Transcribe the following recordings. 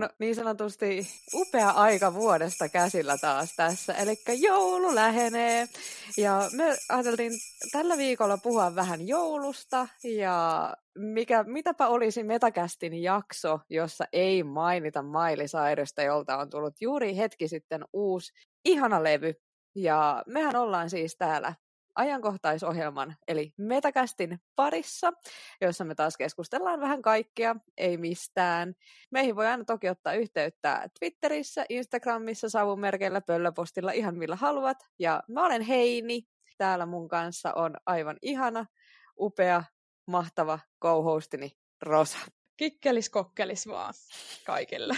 on niin sanotusti upea aika vuodesta käsillä taas tässä, eli joulu lähenee. Ja me ajateltiin tällä viikolla puhua vähän joulusta ja mitäpä olisi Metakästin jakso, jossa ei mainita Miley Cyrusta, jolta on tullut juuri hetki sitten uusi ihana levy. Ja mehän ollaan siis täällä ajankohtaisohjelman eli Metakästin parissa, jossa me taas keskustellaan vähän kaikkea, ei mistään. Meihin voi aina toki ottaa yhteyttä Twitterissä, Instagramissa, savumerkeillä, pöllöpostilla, ihan millä haluat. Ja mä olen Heini, täällä mun kanssa on aivan ihana, upea, mahtava co-hostini Rosa. Kikkelis kokkelis vaan kaikille.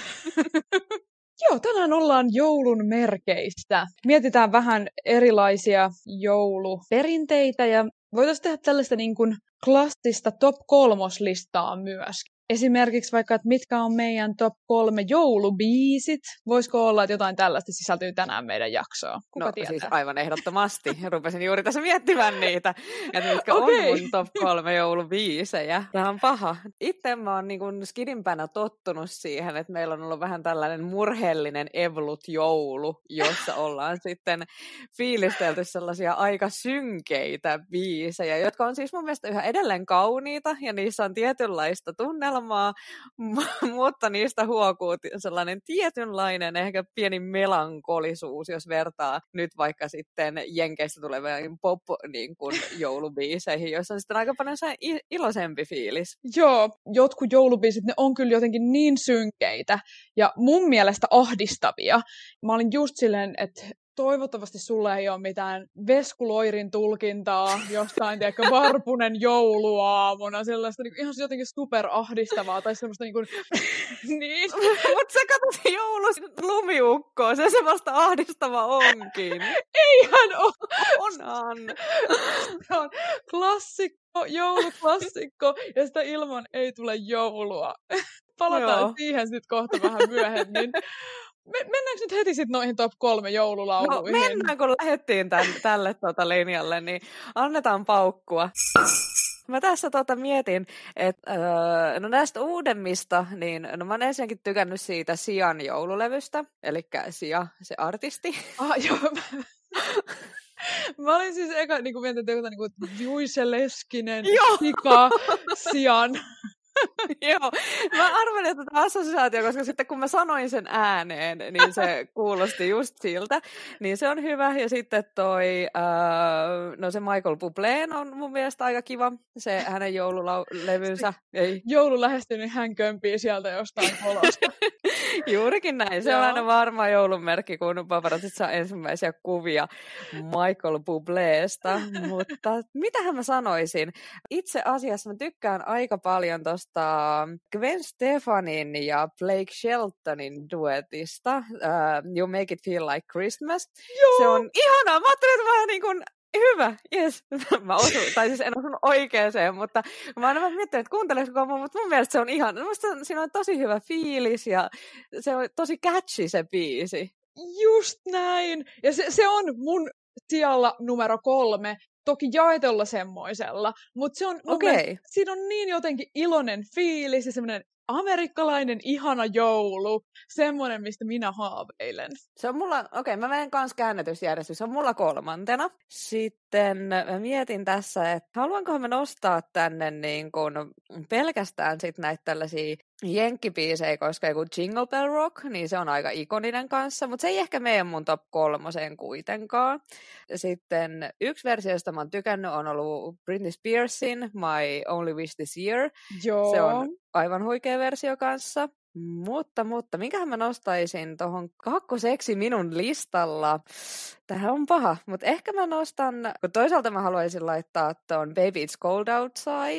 Joo, tänään ollaan joulun merkeistä. Mietitään vähän erilaisia jouluperinteitä ja voitaisiin tehdä tällaista niin kuin klassista top 3-listaa myös. Esimerkiksi vaikka, että mitkä on meidän top 3 joulubiisit. Voisiko olla, että jotain tällaista sisältyy tänään meidän jaksoon? Kuka tietää? Siis aivan ehdottomasti. Rupesin juuri tässä miettimään niitä, että mitkä on mun top 3 joulubiisejä. Tämä on paha. Itse mä oon niin kuin skidimpänä tottunut siihen, että meillä on ollut vähän tällainen murheellinen Evolut-joulu, jossa ollaan sitten fiilistelty sellaisia aika synkeitä biisejä, jotka on siis mun mielestä yhä edelleen kauniita ja niissä on tietynlaista tunnelmaa, mutta niistä huokuu sellainen tietynlainen ehkä pieni melankolisuus, jos vertaa nyt vaikka sitten Jenkeistä tuleviin pop-joulubiiseihin, joissa on sitten aika paljon iloisempi fiilis. Joo, jotkut joulubiisit, ne on kyllä jotenkin niin synkeitä ja mun mielestä ahdistavia. Mä olin just silleen, että toivottavasti sulle ei ole mitään Veskuloirin tulkintaa jostain, tiedäkö, Varpunen jouluaamuna, sellaista niin ihan jotenkin superahdistavaa, tai semmoista niin kuin, niin. Mutta sä katsot lumiukkoa, se semmoista ahdistavaa onkin. Eihän ole. Onhan. Se on klassikko, jouluklassikko, ja sitä ilman ei tule joulua. Palataan siihen sitten kohta vähän myöhemmin. Mennäänkö nyt heti sitten noihin top 3 joululauluihin? No mennään, kun lähdettiin tälle linjalle, niin annetaan paukkua. Mä tässä mietin, että no näistä uudemmista, niin no mä oon ensinnäkin tykännyt siitä Sian joululevystä, eli Sia, se artisti. Joo. Mä olin siis eka niin mietin, että jotain niin Juise Leskinen, Sika, Sian. Joo, mä arvelin, että tämä assosiaatio, koska sitten kun mä sanoin sen ääneen, niin se kuulosti just siltä, niin se on hyvä. Ja sitten no se Michael Bublé on mun mielestä aika kiva, se hänen joululevynsä. Ei. Joulu lähestyy, niin hän kömpii sieltä jostain kolosta. Juurikin näin, se on aina varma joulunmerkki, kun paparazzit saa ensimmäisiä kuvia Michael Bublésta, mutta mitähän mä sanoisin? Itse asiassa mä tykkään aika paljon tuosta Gwen Stefanin ja Blake Sheltonin duetista You Make It Feel Like Christmas. Joo. Se on ihanaa, mä ajattelin, että vähän niin kuin hyvä, jes. Mä osuin, tai siis en osunut oikeeseen, mutta mä oon miettinyt, että kuunteleeko mä, mutta mun mielestä se on ihan, siinä on tosi hyvä fiilis ja se on tosi catchy se biisi. Just näin. Ja se on mun sijalla numero 3, toki jaetulla semmoisella, mutta se on siinä on niin jotenkin iloinen fiilis ja semmoinen amerikkalainen ihana joulu, semmoinen, mistä minä haaveilen. Se on mulla, mä menen kanssa käännetysjärjestys, se on mulla 3. Sitten mä mietin tässä, että haluankohan mä nostaa tänne niin kun pelkästään sit näitä tällaisia jenkkibiisejä, koska joku Jingle Bell Rock, niin se on aika ikoninen kanssa, mutta se ei ehkä mene mun top 3 kuitenkaan. Sitten yksi versio, josta mä oon tykännyt, on ollut Britney Spearsin My Only Wish This Year. Joo. Se on aivan huikea versio kanssa. Mutta minkähän mä nostaisin tuohon 2. minun listalla. Tähän on paha, mutta ehkä mä nostan, kun toisaalta mä haluaisin laittaa tuon Baby It's Cold Outside.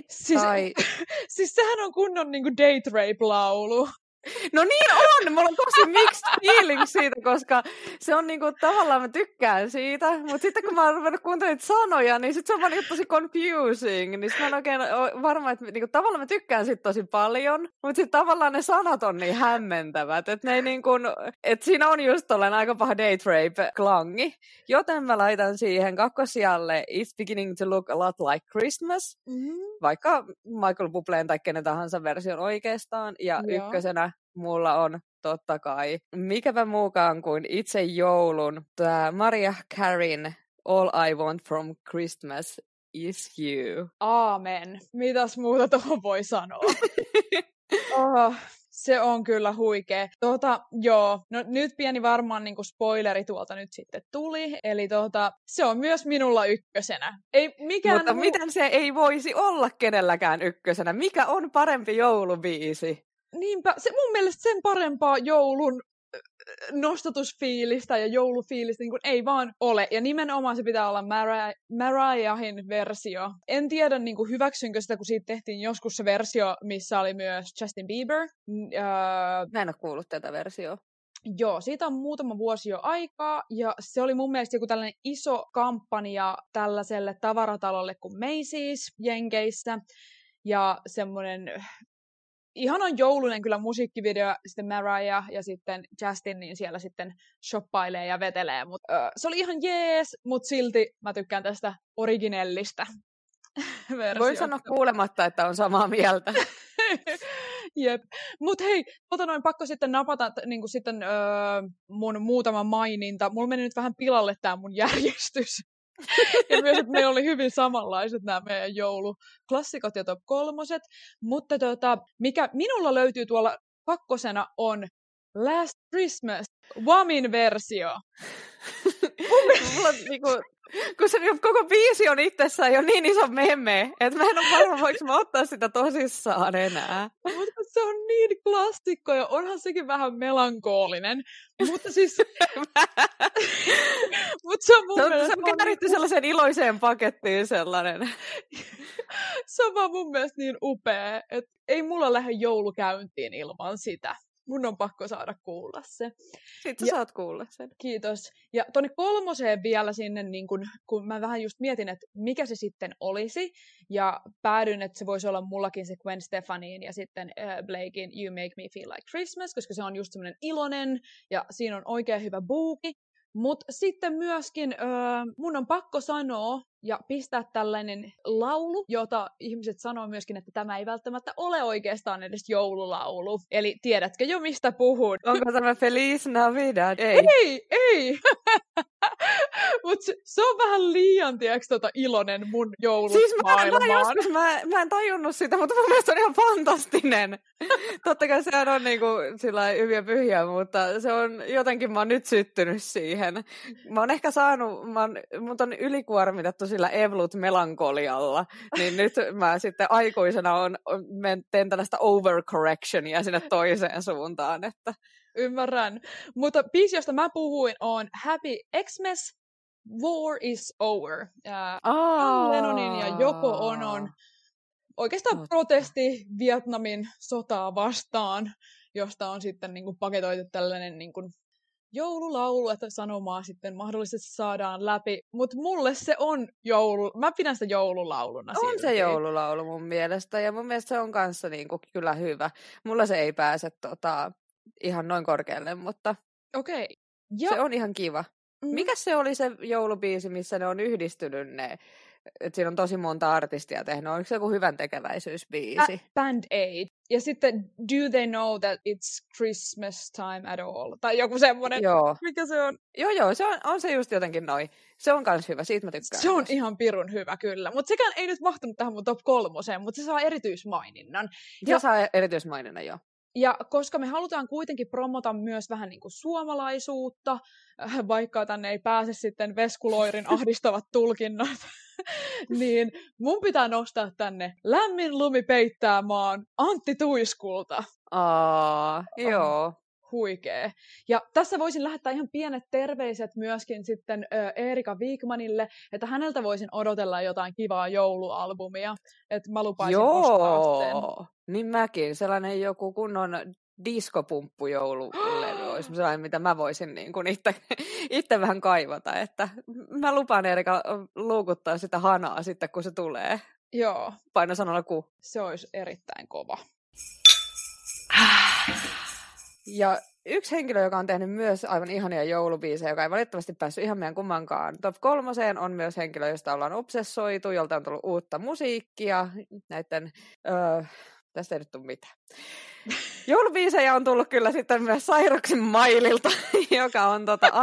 Siis sehän on kunnon niinku date rape-laulu. No niin on! Mulla on tosi mixed feelings siitä, koska se on niinku, tavallaan mä tykkään siitä, mutta sitten kun mä oon ruvennut kuuntelemaan sanoja, niin sit se on vaan niinku tosi confusing. Niin sit mä en oikein varma, että niinku, tavallaan mä tykkään siitä tosi paljon, mutta sitten tavallaan ne sanat on niin hämmentävät, että ne ei niinku, että siinä on just tolleen aika paha date rape-klangi. Joten mä laitan siihen 2. sijalle It's Beginning to Look a Lot Like Christmas, vaikka Michael Bubleen tai kenen tahansa version oikeastaan, ja 1. mulla on totta kai. Mikäpä muukaan kuin itse joulun. Tämä Mariah Careyn All I Want from Christmas is You. Aamen. Mitäs muuta tuohon voi sanoa? Se on kyllä huikea. Joo, no nyt pieni varmaan niinku spoileri tuolta nyt sitten tuli. Eli se on myös minulla ykkösenä. Ei mikään Mutta miten se ei voisi olla kenelläkään ykkösenä? Mikä on parempi joulubiisi? Niinpä, mun mielestä sen parempaa joulun nostatusfiilistä ja joulufiilistä niin kuin ei vaan ole. Ja nimenomaan se pitää olla Mariahin versio. En tiedä niin kuin hyväksynkö sitä, kun siitä tehtiin joskus se versio, missä oli myös Justin Bieber. Mä en ole kuullut tätä versiota. Joo, siitä on muutama vuosi jo aikaa, ja se oli mun mielestä joku tällainen iso kampanja tällaiselle tavaratalolle kuin Macy's Jenkeissä. Ja semmoinen ihanan joulunen kyllä musiikkivideo, sitten Mariah ja sitten Justin, niin siellä sitten shoppailee ja vetelee. Se oli ihan jees, mutta silti mä tykkään tästä originellista versiosta. Voin sanoa kuulematta, että on samaa mieltä. Jep. Mut hei, pakko sitten napata niin sitten, mun muutama maininta. Mulla meni nyt vähän pilalle tää mun järjestys. Ja myös, että meillä oli hyvin samanlaiset nämä meidän jouluklassikot ja top 3. Mutta mikä minulla löytyy tuolla kakkosena on Last Christmas, Whamin versio. Mulla on niinku, kun se koko biisi on itsessään jo niin iso meme, että mä en ole varma, voiko mä ottaa sitä tosissaan enää. Mutta se on niin klassikko ja onhan sekin vähän melankoolinen. Mutta siis mutta se on mun mielestä... Se on kääritty sellaiseen iloiseen pakettiin sellainen. Se on vaan mun mielestä niin upea, että ei mulla lähde joulukäyntiin ilman sitä. Mun on pakko saada kuulla se. Sitten saat kuulla sen. Kiitos. Ja tuonne 3 vielä sinne, niin kun mä vähän just mietin, että mikä se sitten olisi, ja päädyin, että se voisi olla mullakin se Gwen Stefaniin ja sitten Blakein You Make Me Feel Like Christmas, koska se on just semmoinen iloinen, ja siinä on oikein hyvä buuki. Mutta sitten myöskin mun on pakko sanoa ja pistää tällainen laulu, jota ihmiset sanoo myöskin, että tämä ei välttämättä ole oikeastaan edes joululaulu. Eli tiedätkö jo mistä puhun? Onko tämä Feliz Navidad? Ei. Mutta se on vähän liian, iloinen mun joulusmaailmaan. Siis mä en tajunnut sitä, mutta mun mielestä on ihan fantastinen. Totta kai sehän on niinku sillai hyviä pyhiä, mutta se on jotenkin, mä oon nyt syttynyt siihen. Mä oon ehkä mut on ylikuormitettu sillä Evolut-melankolialla, niin nyt mä sitten aikuisena teen tällaista overcorrectionia sinne toiseen suuntaan. Että. Ymmärrän. Mutta biisi, josta mä puhuin, on Happy Xmas, War is Over. Lennonin ja Yoko Onon oikeastaan protesti Vietnamin sotaa vastaan, josta on sitten niin kuin paketoitu tällainen niin kuin joululaulu, että sanomaa sitten mahdollisesti saadaan läpi. Mutta mulle se on mä pidän sitä joululauluna silti. On se joululaulu mun mielestä, ja mun mielestä se on kanssa niin kuin kyllä hyvä. Mulla se ei pääse ihan noin korkealle, mutta okay. Se on ihan kiva. Mikäs se oli se joulubiisi, missä ne on yhdistynyt ne? Että siinä on tosi monta artistia tehnyt. Oliko se joku hyvän tekeväisyysbiisi? Band-Aid. Ja sitten Do They Know That It's Christmas Time at All? Tai joku semmoinen. Joo. Mikä se on? Joo, se on se just jotenkin noin. Se on kans hyvä, siitä mä tykkään. Se on ihan pirun hyvä, kyllä. Mutta sekään ei nyt mahtunut tähän mun top 3, mutta se saa erityismaininnan. Se saa erityismaininnan, joo. Ja koska me halutaan kuitenkin promota myös vähän niin kuin suomalaisuutta, vaikka tänne ei pääse sitten Veskuloirin ahdistavat tulkinnat, niin mun pitää nostaa tänne Lämmin lumi peittää maan Antti Tuiskulta. Joo. Huikee. Ja tässä voisin lähettää ihan pienet terveiset myöskin sitten Erika Wigmanille, että häneltä voisin odotella jotain kivaa joulualbumia, että mä lupaisin ostaa sen. Niin mäkin. Sellainen joku kunnon diskopumppu joululevy olisi sellainen, mitä mä voisin niin kuin itse vähän kaivata, että mä lupaan Erika luukuttaa sitä hanaa sitten, kun se tulee. Joo. Painosanalla ku. Se olisi erittäin kova. Ja yksi henkilö, joka on tehnyt myös aivan ihania joulubiisejä, joka ei valitettavasti päässyt ihan meidän kummankaan top 3, on myös henkilö, josta ollaan obsessoitu, jolta on tullut uutta musiikkia näiden tästä ei nyt tule mitään. Joulubiisejä on tullut kyllä sitten myös Cyruksen Maililta, joka on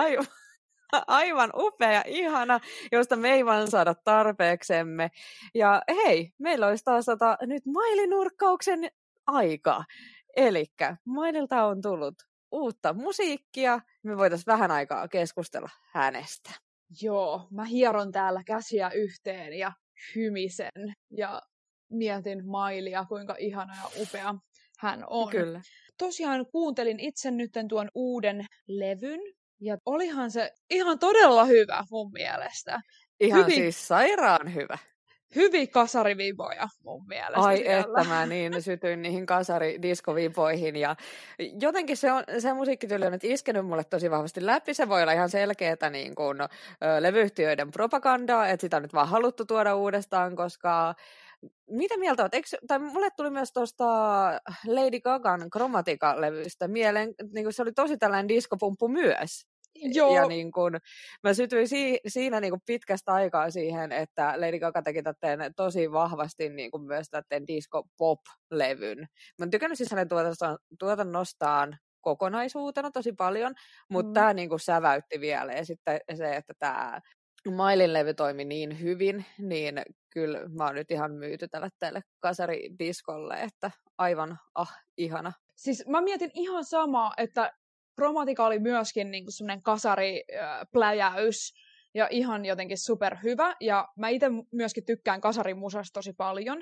aivan upea ja ihana, josta me ei vaan saada tarpeeksemme. Ja hei, meillä olisi taas nyt mailinurkkauksen aika. Elikkä Maililta on tullut uutta musiikkia. Me voitaisiin vähän aikaa keskustella hänestä. Joo, mä hieron täällä käsiä yhteen ja hymisen ja mietin Mailia, kuinka ihana ja upea hän on. Kyllä. Tosiaan kuuntelin itse nyt tuon uuden levyn, ja olihan se ihan todella hyvä mun mielestä. Ihan siis sairaan hyvä. Hyvin kasariviboja mun mielestä. Ai siellä. että mä niin sytyin niihin kasaridiskoviboihin ja jotenkin se musiikkityyli on nyt iskenyt mulle tosi vahvasti läpi. Se voi olla ihan selkeätä niin kuin levyyhtiöiden propagandaa, että sitä on nyt vaan haluttu tuoda uudestaan, koska mitä mieltä oot? Tai mulle tuli myös tuosta Lady Gagan Chromatica-levystä mieleen, niin kuin se oli tosi tällainen diskopumppu myös. Joo. Ja niin kun, mä sytyin siinä niin kun pitkästä aikaa siihen, että Lady Gaga teki täten tosi vahvasti niin kun myös täten disco-pop-levyn. Mä oon tykännyt siis hänen tuotannostaan kokonaisuutena tosi paljon, mutta tää niin kun säväytti vielä. Ja sitten se, että tää Mailin levy toimi niin hyvin, niin kyllä mä oon nyt ihan myyty tälle kasaridiskolle, että aivan ihana. Siis mä mietin ihan samaa, että Chromatica oli myöskin niinku semmoinen kasaripläjäys ja ihan jotenkin superhyvä. Ja mä itse myöskin tykkään kasarimusasta tosi paljon,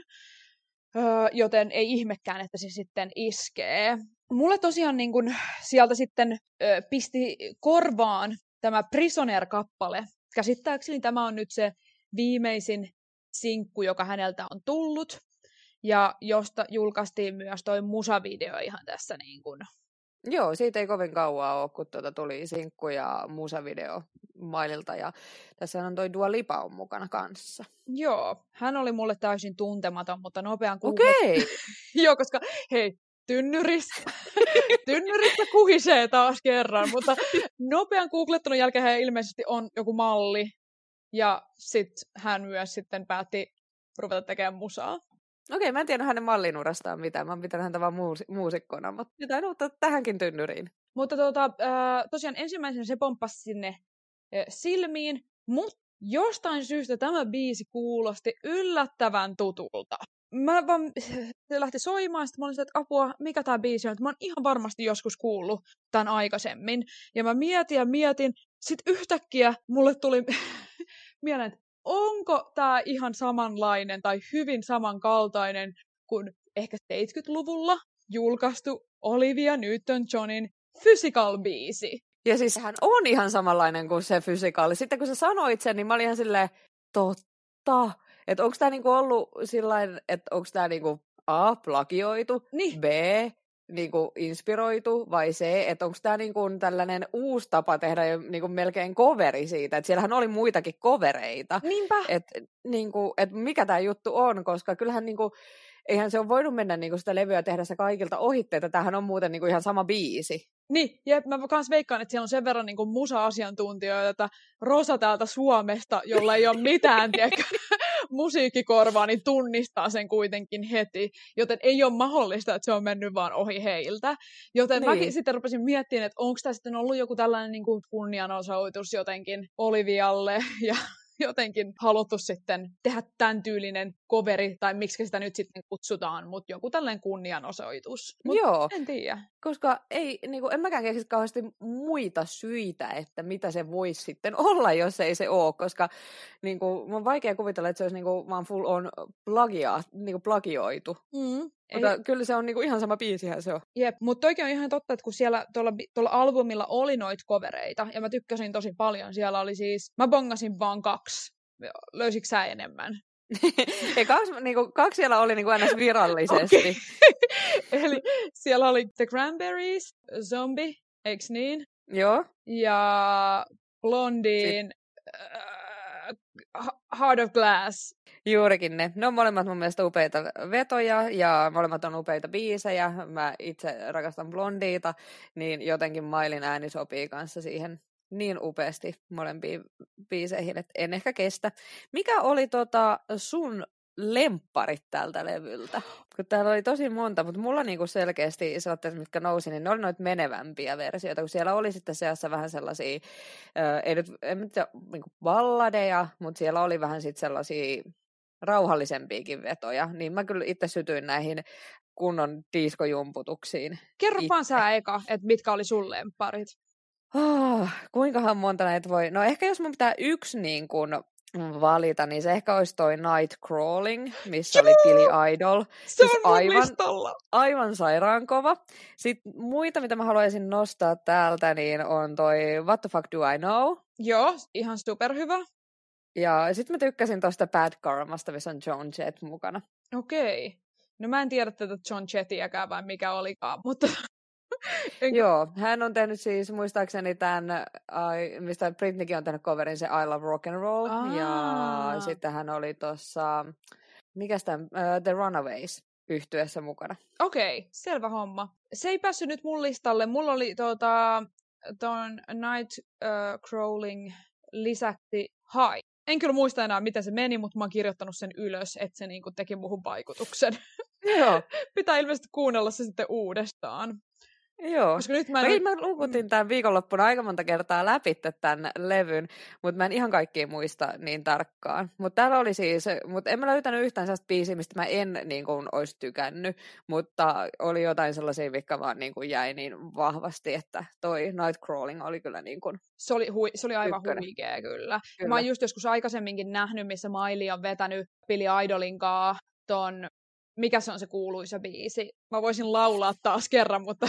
joten ei ihmekään, että se sitten iskee. Mulle tosiaan niinku sieltä sitten pisti korvaan tämä Prisoner-kappale. Käsittääkseni tämä on nyt se viimeisin sinkku, joka häneltä on tullut. Ja josta julkaistiin myös toi musavideo ihan tässä niin kuin. Joo, siitä ei kovin kauaa ole, kun tuli sinkku ja musavideo Maililta, ja tässä on toi Dua Lipa on mukana kanssa. Joo, hän oli mulle täysin tuntematon, mutta nopean Okei! Joo, koska hei, tynnyrissä kuhisee taas kerran, mutta nopean googlettelun jälkeen hän ilmeisesti on joku malli, ja sitten hän myös sitten päätti ruveta tekemään musaa. Okei, mä en tiedä hänen mallinurastaan mitään. Mä oon pitänyt häntä vaan muusikkona, mutta jotain uutta tähänkin tynnyriin. Mutta tosiaan ensimmäisenä se pomppasi sinne silmiin, mutta jostain syystä tämä biisi kuulosti yllättävän tutulta. Se lähti soimaan, sitten mä olin että apua, mikä tää biisi on, että mä oon ihan varmasti joskus kuullut tämän aikaisemmin. Ja mä mietin, sitten yhtäkkiä mulle tuli mieleen, että onko tämä ihan samanlainen tai hyvin samankaltainen kuin ehkä 70-luvulla julkaistu Olivia Newton-Johnin Physical-biisi? Ja siis hän on ihan samanlainen kuin se Physical. Sitten kun sä sanoit sen, niin mä olin ihan silleen, totta. Että onko tämä niinku ollut sillain, että onko tämä niinku A, plagioitu, niin. B, niinku inspiroitu, vai C, että onko tämä niinku tällainen uusi tapa tehdä niinku melkein coveri siitä, että siellähän oli muitakin covereita. Niinpä. Että niinku, et mikä tämä juttu on, koska kyllähän niinku, eihän se ole voinut mennä niinku sitä levyä tehdä se kaikilta ohitte, että tämähän on muuten niinku ihan sama biisi. Niin, jep, mä kans veikkaan, että siellä on sen verran niinku musa-asiantuntijoita, että Rosa täältä Suomesta, jolla ei ole mitään musiikkikorvaa, niin tunnistaa sen kuitenkin heti, joten ei ole mahdollista, että se on mennyt vaan ohi heiltä. Joten mäkin sitten rupesin miettimään, että onko tämä sitten ollut joku tällainen niin kuin kunnianosoitus jotenkin Olivialle ja jotenkin haluttu sitten tehdä tämän tyylinen coveri, tai miksi sitä nyt sitten kutsutaan, mutta joku tällainen kunnianosoitus. Joo, en tiedä. Koska ei, niin kuin, en mäkään keksi kauheasti muita syitä, että mitä se voisi sitten olla, jos ei se ole, koska niin kuin, mun on vaikea kuvitella, että se olisi niin kuin, vaan full on plagioitu. Mutta kyllä se on niinku ihan sama biisihän se on. Jep, mutta toikin on ihan totta, että kun siellä tuolla albumilla oli noita covereita, ja mä tykkäsin tosi paljon, siellä oli siis, mä bongasin vaan 2. Löysitkö sä enemmän? Ei, 2 siellä oli niinku aina virallisesti. Okay. Eli siellä oli The Cranberries, Zombie, eiks niin? Joo. Ja Blondien Heart of Glass. Juurikin ne. Ne on molemmat mun mielestä upeita vetoja ja molemmat on upeita biisejä. Mä itse rakastan Blondiita, niin jotenkin Mailin ääni sopii kanssa siihen niin upeasti molempiin biiseihin, että en ehkä kestä. Mikä oli sun lempparit tältä levyltä. Kun täällä oli tosi monta, mutta mulla niinku selkeästi sellaiset, mitkä nousi, niin ne oli noita menevämpiä versioita, kun siellä oli sitten seassa vähän sellaisia, en tiedä, niinku balladeja, mutta siellä oli vähän sitten sellaisia rauhallisempiakin vetoja, niin mä kyllä itse sytyin näihin kunnon diskojumputuksiin. Kerro vaan sä eka, että mitkä oli sun lempparit. Kuinkahan monta näitä voi... No ehkä jos mun pitää yksi niin kun valita, niin se ehkä olisi toi Nightcrawling, missä oli Billy Idol. Se on mun listalla. Aivan sairaan kova. Sitten muita, mitä mä haluaisin nostaa täältä, niin on toi What the Fuck Do I Know? Joo, ihan superhyvä. Ja sitten mä tykkäsin tosta Bad Karmasta, missä on Joan Jett mukana. Okei. No mä en tiedä tätä John Jettiäkään vai mikä olikaan, mutta... Joo, hän on tehnyt siis muistaakseni tämän, mistä Britneykin on tehnyt coverin, se I Love Rock and Roll. Ja sitten hän oli tuossa, mikäs tämän, The Runaways -yhtyeessä mukana. Okei, selvä homma. Se ei päässyt nyt mun listalle. Mulla oli ton Nightcrawling lisäksi High. En kyllä muista enää, miten se meni, mutta mä oon kirjoittanut sen ylös, että se niinku teki muuhun vaikutuksen. Joo. Pitää ilmeisesti kuunnella se sitten uudestaan. Joo. Koska nyt mä lukutin tämän viikonloppuna aika monta kertaa läpi tämän levyn, mutta mä en ihan kaikkia muista niin tarkkaan. Mutta täällä oli siis, mutta en mä löytänyt yhtään sellaista biisiä, mistä mä en niin kuin olisi tykännyt, mutta oli jotain sellaisia, mitkä vaan niin kuin jäi niin vahvasti, että toi Nightcrawling oli kyllä niin kuin se oli aivan huikea kyllä. Mä oon just joskus aikaisemminkin nähnyt, missä Miley on vetänyt Billy Idolin kanssa ton, mikä se on se kuuluisa biisi. Mä voisin laulaa taas kerran, mutta,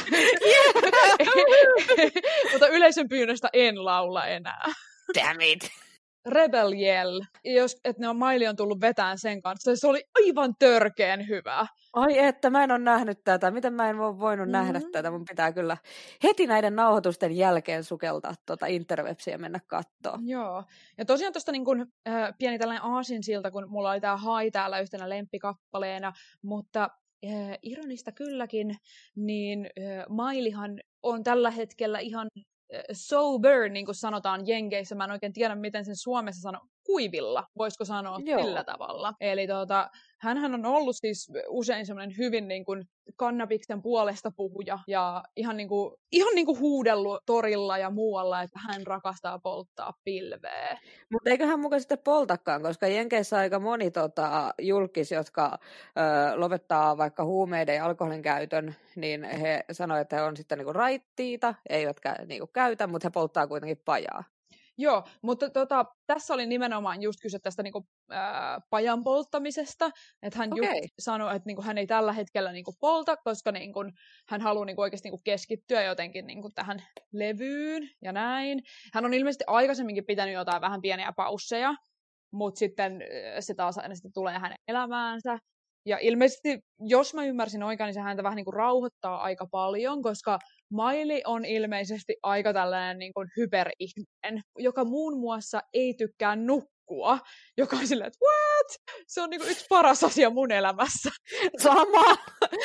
mutta yleisön pyynnöstä en laula enää. Damn it! Rebel Yell, että Miley on tullut vetään sen kanssa. Se oli aivan törkeän hyvä. Ai että, mä en ole nähnyt tätä. Miten mä en ole voinut nähdä tätä? Mun pitää kyllä heti näiden nauhoitusten jälkeen sukeltaa interwebsiä ja mennä kattoo. Joo. Ja tosiaan tuosta niin kun, pieni tällainen aasinsilta, kun mulla oli tää Hai täällä yhtenä lemppikappaleena, mutta ironista kylläkin, niin Mileyhan on tällä hetkellä ihan sober, niin kuin sanotaan Jenkeissä. Mä en oikein tiedä, miten sen Suomessa sanoo. Kuivilla, voisiko sanoa sillä tavalla. Eli hänhän on ollut siis usein semmoinen hyvin niin kuin kannabiksen puolesta puhuja ja ihan niin kuin huudellut torilla ja muualla, että hän rakastaa polttaa pilveä. Mutta eiköhän mukaan sitten poltakaan, koska Jenkeissä aika moni julkis, jotka lopettaa vaikka huumeiden ja alkoholin käytön, niin he sanoo, että he on sitten niinku raittiita, eivätkä niinku käytä, mutta he polttaa kuitenkin pajaa. Joo, mutta tässä oli nimenomaan just kyse tästä niinku, pajan polttamisesta, että hän just sanoi, että niinku, hän ei tällä hetkellä niinku, polta, koska niinku, hän haluaa niinku, oikeasti niinku, keskittyä jotenkin niinku, tähän levyyn ja näin. Hän on ilmeisesti aikaisemminkin pitänyt jotain vähän pieniä pausseja, mutta sitten se taas aina sitten tulee hänen elämäänsä. Ja ilmeisesti, jos mä ymmärsin oikein, niin se häntä vähän niin kuin rauhoittaa aika paljon, koska Miley on ilmeisesti aika tällainen niin kuin hyperihminen, joka muun muassa ei tykkää nukkua, joka on silleen, että what? Se on niin kuin yksi paras asia mun elämässä. Sama!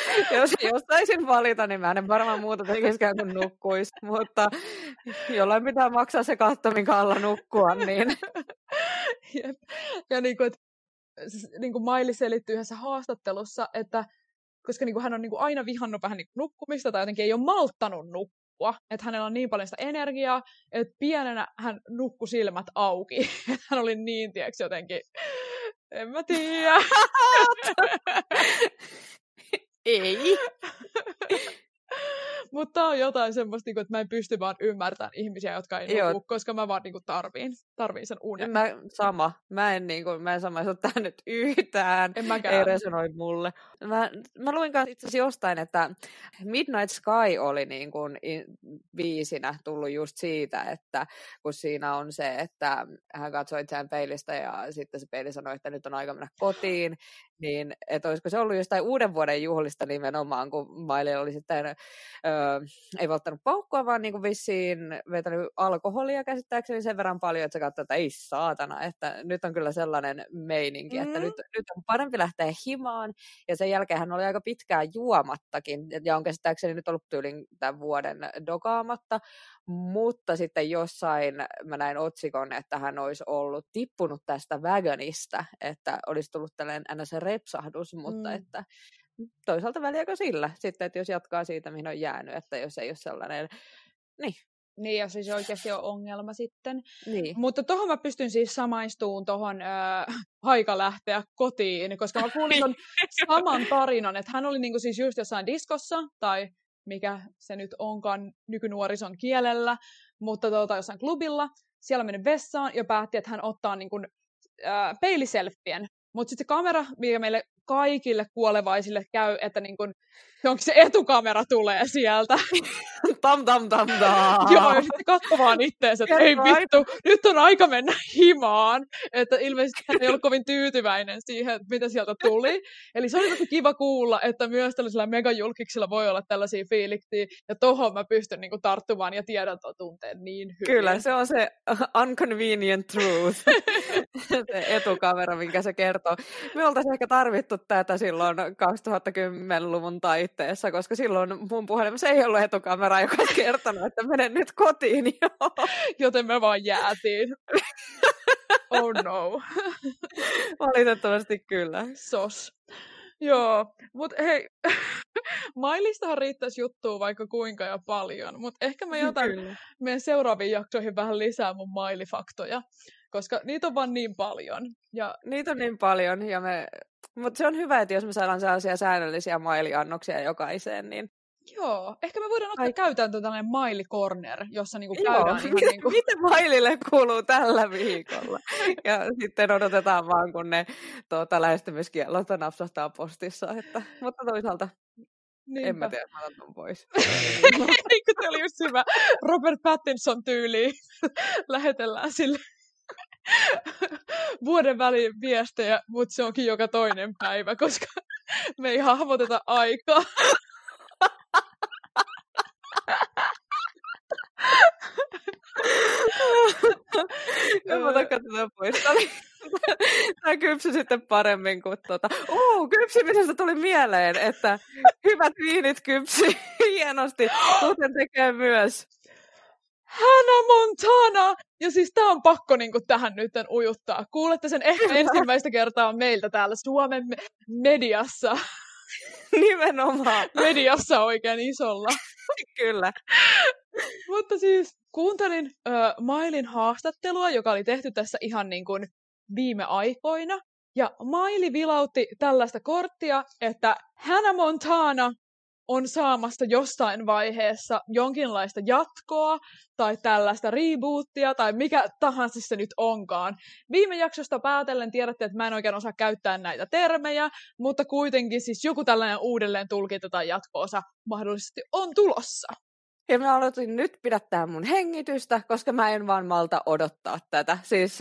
Jos taisin valita, niin mä en varmaan muuta tekisikään kuin nukkuisi, mutta jollain pitää maksaa se katto, minkä alla nukkua, niin... Jep. Ja niin kuin, niin kuin Miley selitti yhdessä haastattelussa, että koska niin kuin hän on niin kuin aina vihannut vähän niin kuin nukkumista tai jotenkin ei ole malttanut nukkua, että hänellä on niin paljon sitä energiaa, että pienenä hän nukkui silmät auki. Hän oli niin, tiedätkö, jotenkin, en mä tiedä. Ei. Mutta on jotain semmoista, että mä en pysty vaan ymmärtämään ihmisiä, jotka ei nuku, koska mä vaan tarviin sen unen. Mä en samaisi tää nyt yhtään. En mäkään. Ei resonoi mulle. Mä luin kanssa itse asiassa jostain, että Midnight Sky oli niin kuin biisinä tullut just siitä, että kun siinä on se, että hän katsoi itseään peilistä ja sitten se peili sanoi, että nyt on aika mennä kotiin, niin että olisiko se ollut jostain uuden vuoden juhlista nimenomaan, kun Miley oli sitten ei polttanut paukkua, vaan niin kuin vissiin vetänyt alkoholia käsittääkseni sen verran paljon, että se katsoi, että ei saatana, että nyt on kyllä sellainen meininki, että nyt on parempi lähteä himaan, ja sen jälkeen hän oli aika pitkään juomattakin, ja on käsittääkseni nyt ollut tyylin tämän vuoden dokaamatta, mutta sitten jossain mä näin otsikon, että hän olisi ollut tippunut tästä vägönistä, että olisi tullut tällainen NS-repsahdus, mutta että toisaalta väliäkö sillä sitten, että jos jatkaa siitä, mihin on jäänyt, että jos ei ole sellainen, niin. Niin, jos siis oikeasti on ongelma sitten. Niin. Mutta tohon mä pystyn siis samaistumaan tohon aika lähteä kotiin, koska mä kuulin ton saman tarinan, että hän oli niinku siis just jossain diskossa, tai mikä se nyt onkaan nykynuorison kielellä, mutta jossain klubilla, siellä meni vessaan ja päätti, että hän ottaa niinku, peiliselfien. Mutta sitten se kamera, mikä meille kaikille kuolevaisille käy, että niin kun, onko se etukamera tulee sieltä. Tam. Joo, ja sitten katso vaan itteensä, että ei vittu, nyt on aika mennä himaan. Että ilmeisesti hän ei ollut kovin tyytyväinen siihen, että mitä sieltä tuli. Eli se oli tosi kiva kuulla, että myös tällaisilla megajulkiksilla voi olla tällaisia fiiliksiä. Ja tohon mä pystyn niin kun tarttumaan ja tiedän tunteen niin hyvin. Kyllä, se on se unconvenient truth. Se etukamera, minkä se kertoo. Me oltaisiin ehkä tarvittu tätä silloin 2010-luvun taitteessa, koska silloin mun puhelimessa ei ollut etukamera, joka olisi kertonut, että menen nyt kotiin. Joten me vaan jäätiin. Oh no. Valitettavasti kyllä. Sos. Joo, mutta hei, Mailistahan riittäisi juttua vaikka kuinka ja paljon, mutta ehkä mä jätän meidän seuraaviin jaksoihin vähän lisää mun mailifaktoja, koska niitä on vaan niin paljon. Ja niitä on niin paljon, mutta se on hyvä, että jos me saadaan sellaisia säännöllisiä mailiannoksia jokaiseen, niin joo, ehkä me voidaan ottaa käytäntöön tällainen Maili Corner, jossa niinku käydään ihan niinku mitä Mailille kuuluu tällä viikolla? Ja sitten odotetaan vaan, kun ne lähestymiskiellot napsahtaa postissa. Mutta toisaalta en mä tiedä, mä otan ton pois. Eikö se oli just hyvä Robert Pattinson tyyliin. Lähetellään sille vuoden väliin viestejä, mutta se onkin joka toinen päivä, koska me ei hahmoteta aikaa. Mä otan tätä pois. Tämä kypsy sitten paremmin kuin kypsimisestä tuli mieleen, että hyvät viinit kypsy hienosti, kuten tekee myös Hannah Montana! Ja siis tää on pakko niinku tähän nyt ujuttaa. Kuulette sen ehkä ensimmäistä kertaa meiltä täällä Suomen mediassa. Nimenomaan. Mediassa oikein isolla. Kyllä. Mutta siis kuuntelin Mailin haastattelua, joka oli tehty tässä ihan niin kuin viime aikoina. Ja Maili vilautti tällaista korttia, että Hannah Montana on saamassa jossain vaiheessa jonkinlaista jatkoa tai tällaista rebootia tai mikä tahansa se nyt onkaan. Viime jaksosta päätellen tiedätte, että mä en oikein osaa käyttää näitä termejä, mutta kuitenkin siis joku tällainen uudelleen tulkinta tai jatko-osa mahdollisesti on tulossa. Ja mä aloitin nyt pidättää mun hengitystä, koska mä en vaan malta odottaa tätä. Siis,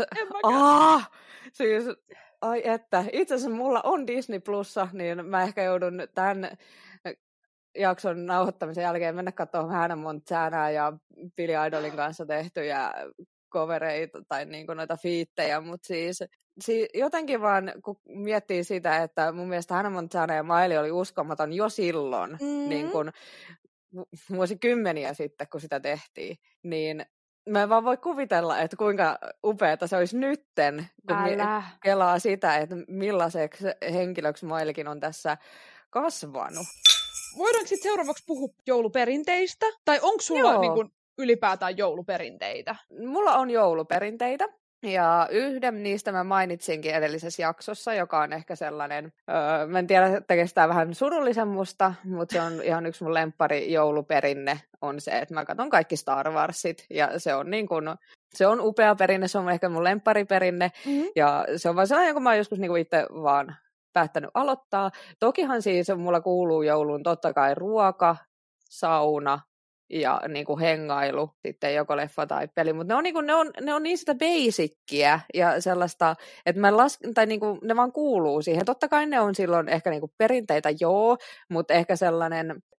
ai että, itse asiassa mulla on Disney Plussa, niin mä ehkä joudun tämän jakson nauhoittamisen jälkeen mennä katsomaan Hannah Montanaa ja Billy Idolin kanssa tehtyjä covereita tai niinku noita fiittejä, mutta siis jotenkin vaan, kun miettii sitä, että mun mielestä Hannah Montana ja Miley oli uskomaton jo silloin, niin kun vuosikymmeniä sitten, kun sitä tehtiin, niin mä en vaan voi kuvitella, että kuinka upeata se olisi nytten, kun kelaa sitä, että millaiseksi henkilöksi Mileykin on tässä kasvanut. Voidaanko sitten seuraavaksi puhua jouluperinteistä? Tai onko sulla niin kun, ylipäätään jouluperinteitä? Mulla on jouluperinteitä. Ja yhden niistä mä mainitsinkin edellisessä jaksossa, joka on ehkä sellainen, mä en tiedä, tekee sitä vähän surullisen musta, mutta se on ihan yksi mun lemppari jouluperinne, on se, että mä katson kaikki Star Warsit, ja se on niin kuin, se on upea perinne, se on ehkä mun lemppariperinne, ja se on vaan sellainen, kun mä oon joskus niin kuin itse vaan päättänyt aloittaa. Tokihan siis mulla kuuluu jouluun totta kai ruoka, sauna, ja niinku hengailu, sitten joko leffa tai peli, mutta ne on niin sitä basickiä ja sellaista, että niinku, ne vaan kuuluu siihen. Totta kai ne on silloin ehkä niinku perinteitä, mutta ehkä sellainen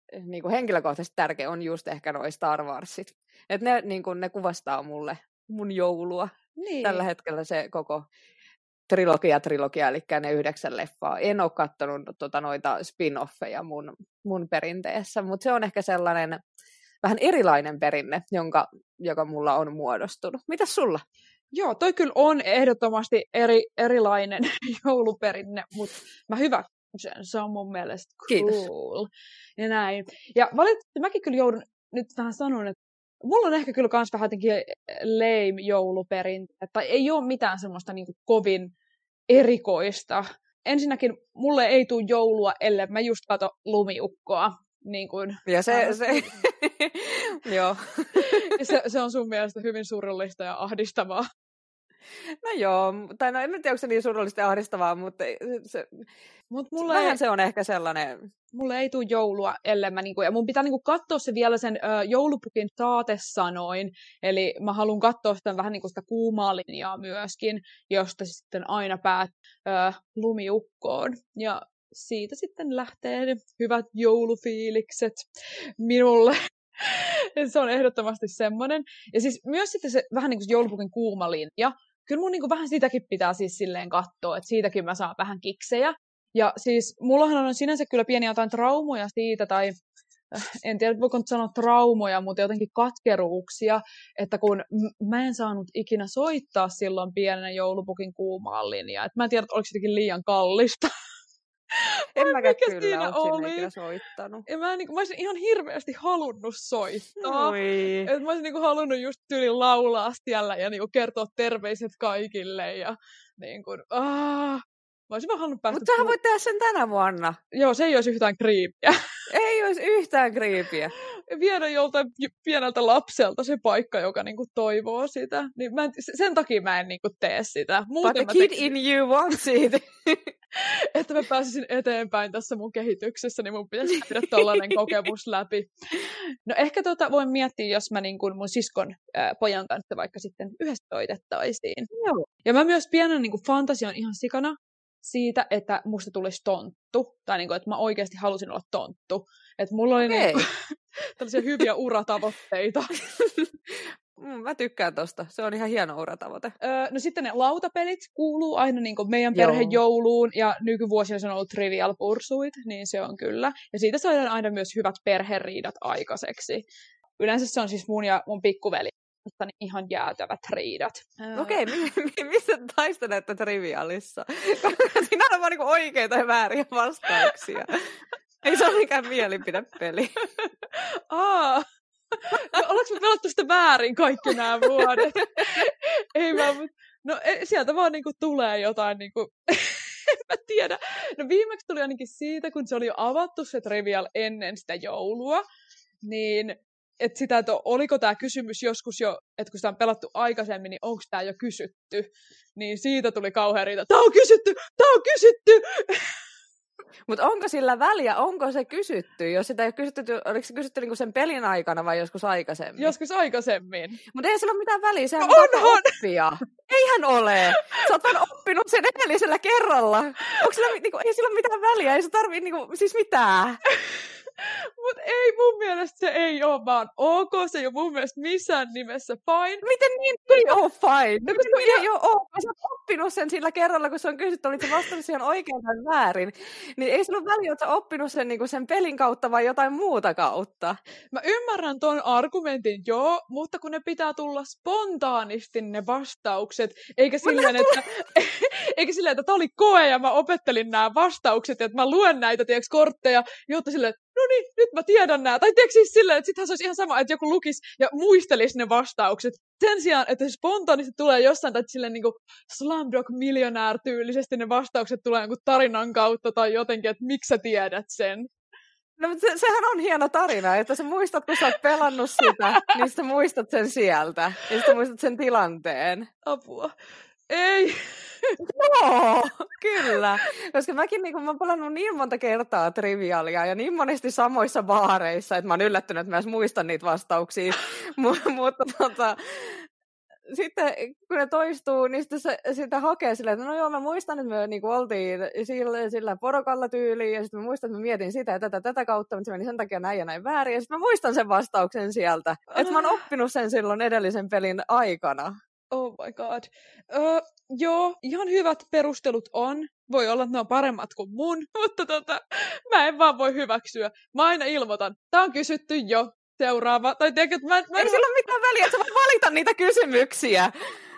niin kuin henkilökohtaisesti tärkeä on just ehkä noi Star Warsit. Että ne, niin kuin, ne kuvastaa mulle mun joulua. Niin. Tällä hetkellä se koko trilogia, eli ne 9 leffaa. En ole katsonut noita spin-offeja mun perinteessä, mutta se on ehkä sellainen vähän erilainen perinne, joka mulla on muodostunut. Mitäs sulla? Joo, toi kyllä on ehdottomasti erilainen jouluperinne, mutta mä hyväksyn sen. Se on mun mielestä cool. Ja näin. Ja valitettavasti mäkin kyllä joudun nyt vähän sanoa, että mulla on ehkä kyllä kans vähän jotenkin lame jouluperinteet, tai ei ole mitään semmoista niinku kovin erikoista. Ensinnäkin mulle ei tule joulua, ellei mä just kato Lumiukkoa. Niin kuin, ja se joo. Se on sun mielestä hyvin surullista ja ahdistavaa. No joo, tai no en tiedä, onko se niin surullista ja ahdistavaa, mutta vähän se on ehkä sellainen. Mulle ei tule joulua, ellei mä ja mun pitää katsoa se vielä sen joulupukin saatesanoin, eli mä haluan katsoa sitä vähän sitä kuumaa linjaa myöskin, josta sitten aina Lumiukkoon. Ja siitä sitten lähtee ne hyvät joulufiilikset minulle. Se on ehdottomasti semmoinen. Ja siis myös sitten se vähän niin kuin joulupukin kuuma linja. Kyllä mun vähän sitäkin pitää siis silleen katsoa, että siitäkin mä saan vähän kiksejä. Ja siis mullahan on sinänsä kyllä pieniä jotain traumoja siitä, tai en tiedä voiko sanoa traumoja, mutta jotenkin katkeruuksia, että kun mä en saanut ikinä soittaa silloin pienenä joulupukin kuumaan linjaa. Että mä en tiedä, oliko se jotenkin liian kallista. En mäkään kyllä ole sinne ikinä soittanut. Ja mä olisin ihan hirveästi halunnut soittaa. Et mä olisin halunnut just tyyliin laulaa siellä ja kertoa terveiset kaikille. Ja mä olisin vaan halunnut päästä. Mutta sähän voit tehdä sen tänä vuonna. Joo, se ei olisi yhtään kriipiä. Ei olisi yhtään kriipiä. Viedä joltain pieneltä lapselta se paikka, joka toivoo sitä. Niin sen takia mä en tee sitä. But the kid in you wants it. Että mä pääsisin eteenpäin tässä mun kehityksessä, niin mun pitäisi tehdä tollainen kokemus läpi. No ehkä voin miettiä, jos mä mun siskon pojan kanssa vaikka sitten yhdessä soitettaisiin. Joo. Ja mä myös pienen fantasioin ihan sikana siitä, että musta tulisi tonttu. Tai että mä oikeasti halusin olla tonttu. Että mulla oli tällaisia hyviä uratavoitteita. Mä tykkään tosta. Se on ihan hieno uratavoite. No sitten ne lautapelit kuuluu aina meidän perhejouluun. Ja nykyvuosina se on ollut Trivial Pursuit, niin se on kyllä. Ja siitä saadaan aina myös hyvät perheriidat aikaiseksi. Yleensä se on siis mun ja mun pikkuveli. Ihan jäätävät riidat. Okei, missä taistelette Trivialissa? Siinä on vaan oikeita ja vääriä vastauksia. Ei se ole mikään mielipidepeli. Ollaanko me pelattu sitä väärin kaikki nämä vuodet? Ei vaan, no sieltä vaan tulee jotain, en mä tiedä. No viimeksi tuli ainakin siitä, kun se oli jo avattu se Trivial ennen sitä joulua, niin että sitä, että oliko tämä kysymys joskus jo, että kun sitä on pelattu aikaisemmin, niin onko tämä jo kysytty? Niin siitä tuli kauhean riita. Tämä on kysytty! Mutta onko sillä väliä, onko se kysytty? Jos sitä ei ole kysytty, oliko se kysytty sen pelin aikana vai joskus aikaisemmin? Joskus aikaisemmin. Mutta ei sillä ole mitään väliä, sehän on oppia. Eihän ole. Sä oot vaan oppinut sen edellisellä kerralla. Onko sillä, ei sillä ole mitään väliä, ei se tarvii siis mitään. Mutta ei mun mielestä se ei ole vaan ok, se ei ole mun mielestä missään nimessä fine. Miten niin ei ole fine? No kun ei ole ok, sä oot oppinut sen sillä kerralla, kun se on kysytty, olit sä vastannut siihen oikein tai väärin. Niin ei sillä ole väliä, että sä oppinut sen, sen pelin kautta vai jotain muuta kautta. Mä ymmärrän ton argumentin, joo, mutta kun ne pitää tulla spontaanisti ne vastaukset, eikä silleen, että tää oli koe ja mä opettelin nämä vastaukset ja että mä luen näitä kortteja, jotta silleen, no niin, nyt mä tiedän nää. Tai tiedätkö siis silleen, että sittenhän se olisi ihan sama, että joku lukisi ja muistelisi ne vastaukset. Sen sijaan, että se spontaanisti tulee jossain, tai silleen niin kuin Slumdog Millionaire-tyylisesti ne vastaukset tulee jonkun tarinan kautta tai jotenkin, että miksi sä tiedät sen. No, mutta sehän on hieno tarina, että sä muistat, kun sä oot pelannut sitä, niin sä muistat sen sieltä. Ja sä muistat sen tilanteen. Apua. Ei. Joo, kyllä. Koska mäkin mä oon pelannut niin monta kertaa Trivialia ja niin monesti samoissa baareissa, että mä oon yllättynyt, että mä edes muistan niitä vastauksia. Mutta sitten kun ne toistuu, niin sitten sitä hakee silleen, että no joo, mä muistan, että me niinku oltiin sillä porokalla tyyliin, ja sitten mä muistan, että mä mietin sitä ja tätä kautta, mutta se meni sen takia näin ja näin väärin, ja sitten mä muistan sen vastauksen sieltä, että mä oon oppinut sen silloin edellisen pelin aikana. Oh my god. Joo, ihan hyvät perustelut on. Voi olla, että ne on paremmat kuin mun, mutta mä en vaan voi hyväksyä. Mä aina ilmoitan, tää on kysytty jo. Seuraava. Tai tiedätkö, että Ei sillä ole mitään väliä, että sä voit valita niitä kysymyksiä.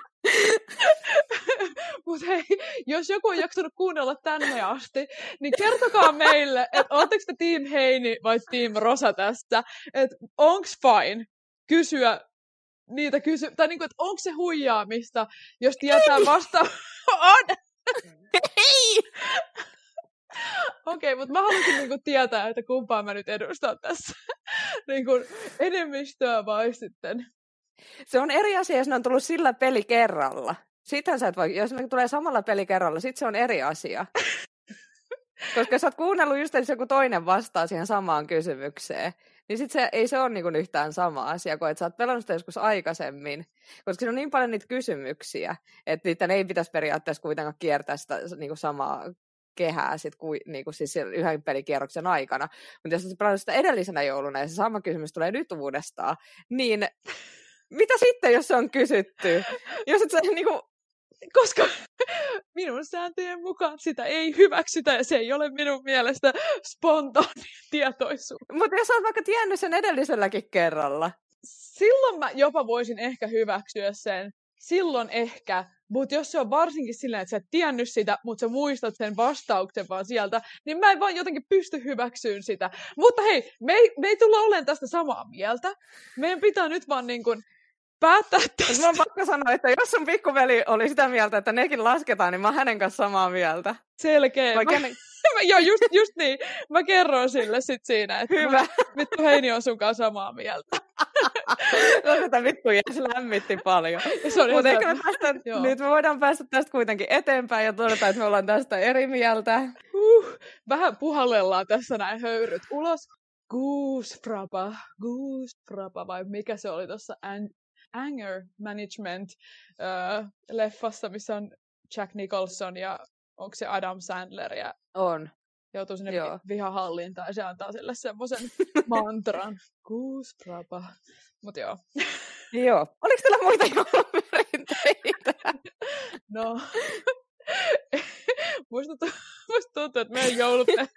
Mutta hei, jos joku on jaksanut kuunnella tänne asti, niin kertokaa meille, että ootteko te Team Heini vai Team Rosa tässä. Että onks fine kysyä niitä tai niinku, että onko se huijaamista, jos tietää vasta... On! Ei! Okei, mutta mä haluaisin niinku tietää, että kumpaa mä nyt edustan tässä. Niinku enemmistöä vai sitten. Se on eri asia, jos ne on tullut sillä pelikerralla. Sittenhän sä et voi, jos ne tulee samalla pelikerralla, sit se on eri asia. Koska sä oot kuunnellut just, että joku toinen vastaa siihen samaan kysymykseen, niin sit ei se ole niinku yhtään sama asia, kuin että sä oot pelannut sitä joskus aikaisemmin. Koska siinä on niin paljon niitä kysymyksiä, että niitä ei pitäisi periaatteessa kuitenkaan kiertää sitä niinku samaa kehää sit, niinku siis yhden pelikierroksen aikana. Mutta jos sä pelannut sitä edellisenä jouluna ja se sama kysymys tulee nyt uudestaan, niin mitä sitten, jos se on kysytty? Jos et sä niinku... Koska minun sääntöjen mukaan sitä ei hyväksytä ja se ei ole minun mielestä spontaani tietoisuus. Mutta jos olet vaikka tiennyt sen edelliselläkin kerralla. Silloin mä jopa voisin ehkä hyväksyä sen. Silloin ehkä. Mutta jos se on varsinkin silleen, että sä et tiennyt sitä, mutta sä muistat sen vastauksen vaan sieltä, niin mä en vaan jotenkin pysty hyväksyyn sitä. Mutta hei, me ei tulla olemaan tästä samaa mieltä. Meidän pitää nyt vaan niin kuin päättää tästä. Mä oon pakko sanoa, että jos sun pikkuveli oli sitä mieltä, että nekin lasketaan, niin mä oon hänen kanssa samaa mieltä. Selkeä. Joo, just niin. Mä kerron sille sit siinä, että hyvä. Vittu Heini on sunkaan samaa mieltä. Tätä vittu jäs lämmitti paljon. Mutta nyt me voidaan päästä tästä kuitenkin eteenpäin ja todeta, että me ollaan tästä eri mieltä. Vähän puhallellaan tässä näin höyryt ulos. Goosefrapa, vai mikä se oli tuossa Anger Management leffassa, missä on Jack Nicholson ja onko se Adam Sandler ja on. Joutuu sinne vihahallintaan ja se antaa sille semmoisen mantran. Goosefrapa. Mut joo. Joo. Oliko teillä muita jouluperinteitä? No. Musta tuntuu, että meidän jouluperinteitä.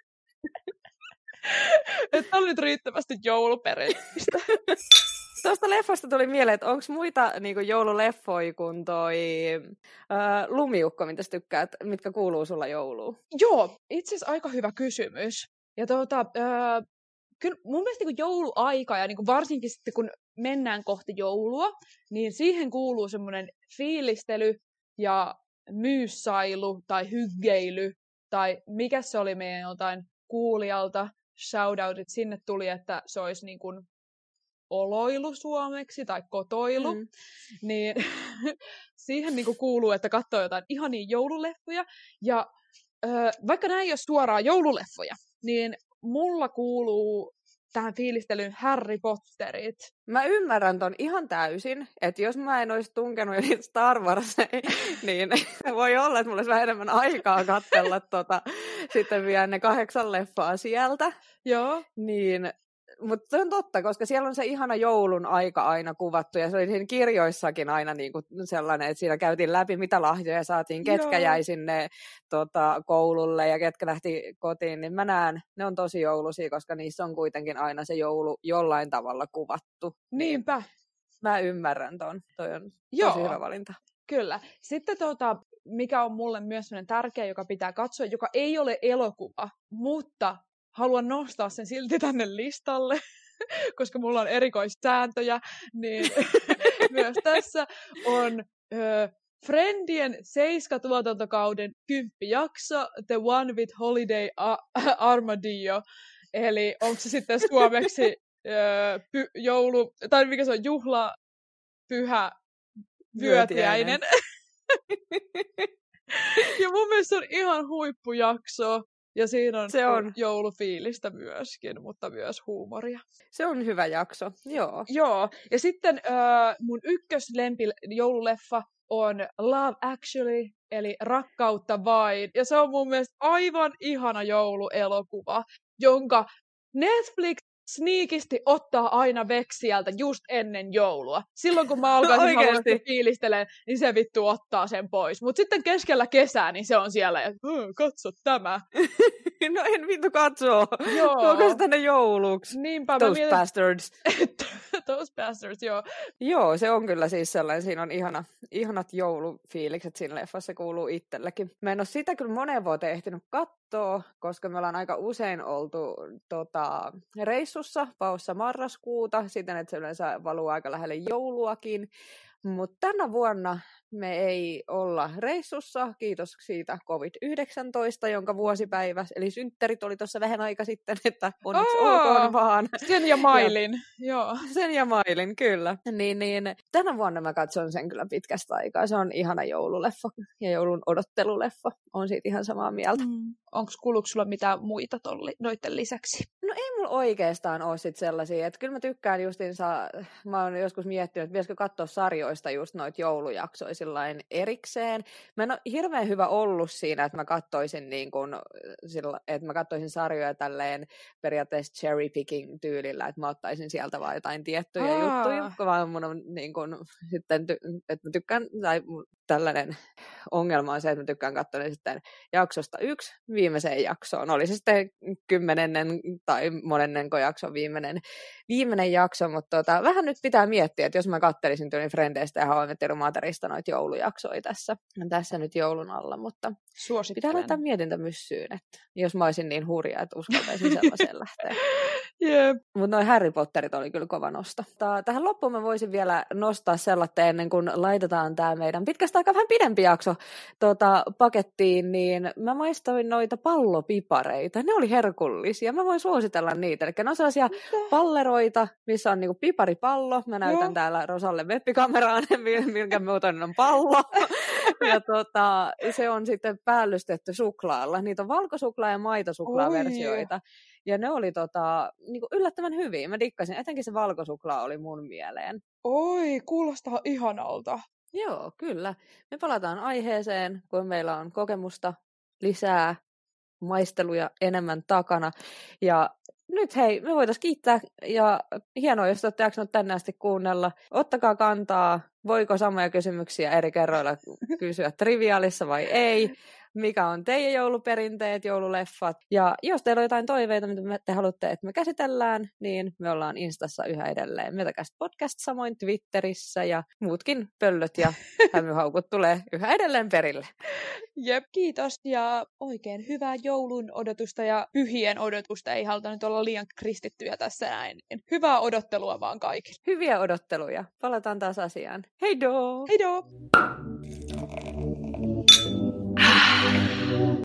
Että on nyt riittävästi jouluperinteistä. Tuosta leffasta tuli mieleen, että onko muita niinku joululeffoja kuin toi Lumiukko, mitä sä tykkäät, mitkä kuuluu sulla jouluun? Joo, itse asiassa aika hyvä kysymys. Ja kyllä mun mielestä niin jouluaika ja niin varsinkin sitten kun mennään kohti joulua, niin siihen kuuluu semmoinen fiilistely ja myyssailu tai hyggeily tai mikä se oli meidän jotain kuulijalta. Shoutoutit sinne tuli, että se olisi niin kuin oloilu suomeksi tai kotoilu, niin siihen niin kuin kuuluu, että katsoo jotain ihania joululeffoja. Ja vaikka nämä ei ole suoraan joululeffoja, niin mulla kuuluu tähän fiilistelyyn Harry Potterit. Mä ymmärrän ton ihan täysin, että jos mä en olisi tunkenut niitä Star Warsia, niin voi olla, että mulla olisi vähän enemmän aikaa katsella sitten vielä ne 8 leffaa sieltä. Joo. Niin, mutta se on totta, koska siellä on se ihana joulun aika aina kuvattu, ja se oli siinä kirjoissakin aina niinku sellainen, että siinä käytiin läpi, mitä lahjoja saatiin, ketkä jäi sinne koululle ja ketkä lähti kotiin, niin mä näen, ne on tosi jouluisia, koska niissä on kuitenkin aina se joulu jollain tavalla kuvattu. Niinpä. Mä ymmärrän ton, toi on tosi hyvä valinta. Kyllä. Sitten mikä on mulle myös sellainen tärkeä, joka pitää katsoa, joka ei ole elokuva, mutta haluan nostaa sen silti tänne listalle, koska mulla on erikoissääntöjä, niin myös tässä on Friendien 7-tuotantokauden 10 jakso, The One with Holiday Armadillo, eli onko se sitten suomeksi joulu, tai mikä se on, juhla, pyhä, vyötiäinen. Ja mun mielestä se on ihan huippujakso. Ja siinä on, Se on. joulufiilistä myöskin, mutta myös huumoria. Se on hyvä jakso, joo. Joo, ja sitten mun ykköslempi joululeffa on Love Actually, eli Rakkautta vain. Ja se on mun mielestä aivan ihana jouluelokuva, jonka Netflix sniikisti ottaa aina veksiältä just ennen joulua. Silloin kun mä alkaisin haluaa fiilistelemään, niin se vittu ottaa sen pois. Mutta sitten keskellä kesää, niin se on siellä, ja katso tämä. No en vittu katsoo. Joo. Tuoko se tänne jouluksi? Niinpä. Those bastards. Those bastards, joo. Joo, se on kyllä siis sellainen, siinä on ihanat joulufiilikset siinä leffassa, kuuluu itsellekin. Mä en ole sitä kyllä moneen vuoteen ehtinyt katsoa, koska me ollaan aika usein oltu reissussa paussa marraskuuta, siten että se yleensä valuu aika lähelle jouluakin. Mutta tänä vuonna me ei olla reissussa, kiitos siitä COVID-19, jonka vuosipäivä, eli synttärit oli tuossa vähän aika sitten, että onneksi olkoon vaan. Sen ja mailin, joo. Sen ja mailin, kyllä. Niin, tänä vuonna mä katson sen kyllä pitkästä aikaa. Se on ihana joululeffa ja joulun odotteluleffa. On siitä ihan samaa mieltä. Kuuluuko sulla mitään muita noiden lisäksi? No ei mulla oikeastaan ole sit sellaisia, että kyllä mä tykkään justiinsa, mä oon joskus miettinyt, että pitäisikö katsoa sarjoista just noita joulujaksoja sillain erikseen. Mä en ole hirveän hyvä ollut siinä, että mä katsoisin sarjoja tälleen periaatteessa cherry picking tyylillä, että mä ottaisin sieltä vaan jotain tiettyjä juttuja, vaan mun on niin kuin, sitten, että mä tykkään, tai tällainen ongelma on se, että mä tykkään katsoa sitten jaksosta 1 viimeiseen jaksoon. Oli se sitten 10. tai monennenko jakson viimeinen jakso, mutta vähän nyt pitää miettiä, että jos mä katselisin tyyliin Frendeistä ja How I Met Your Motherista noita joulujaksoja tässä nyt joulun alla, mutta pitää laittaa mietintämyssyyn, että jos mä olisin niin hurja, että uskaltaisin sellaiseen lähteä. Yep. Mutta noi Harry Potterit oli kyllä kova nosto. Tähän loppuun mä voisin vielä nostaa sellaista ennen kuin laitetaan tämä meidän pitkästä aikaa vähän pidempi jakso pakettiin, niin mä maistoin noita pallopipareita. Ne oli herkullisia. Mä voin suositella niitä. Eli ne on sellaisia palleroita, missä on niinku piparipallo. Mä näytän täällä Rosalle web-kameraan, minkä muuten on pallo. Ja se on sitten päällystetty suklaalla. Niitä on valkosuklaa- ja maitosuklaa-versioita. Ja ne oli niinku yllättävän hyviä. Mä dikkasin. Etenkin se valkosuklaa oli mun mieleen. Oi, kuulostaa ihanalta. Joo, kyllä. Me palataan aiheeseen, kun meillä on kokemusta lisää, maisteluja enemmän takana. Ja nyt hei, me voitaisiin kiittää ja hienoa, jos olette jaksanut tänne asti kuunnella. Ottakaa kantaa, voiko samoja kysymyksiä eri kerroilla kysyä triviaalissa vai ei. Mikä on teidän jouluperinteet, joululeffat. Ja jos teillä on jotain toiveita, mitä te haluatte, että me käsitellään, niin me ollaan Instassa yhä edelleen Metakästä podcast, samoin Twitterissä ja muutkin pöllöt ja hämyhaukut tulee yhä edelleen perille. Jep, kiitos ja oikein hyvää joulun odotusta ja pyhien odotusta. Ei haluta nyt olla liian kristittyjä tässä näin. Hyvää odottelua vaan kaikille. Hyviä odotteluja. Palataan taas asiaan. Heidoo! Heidoo!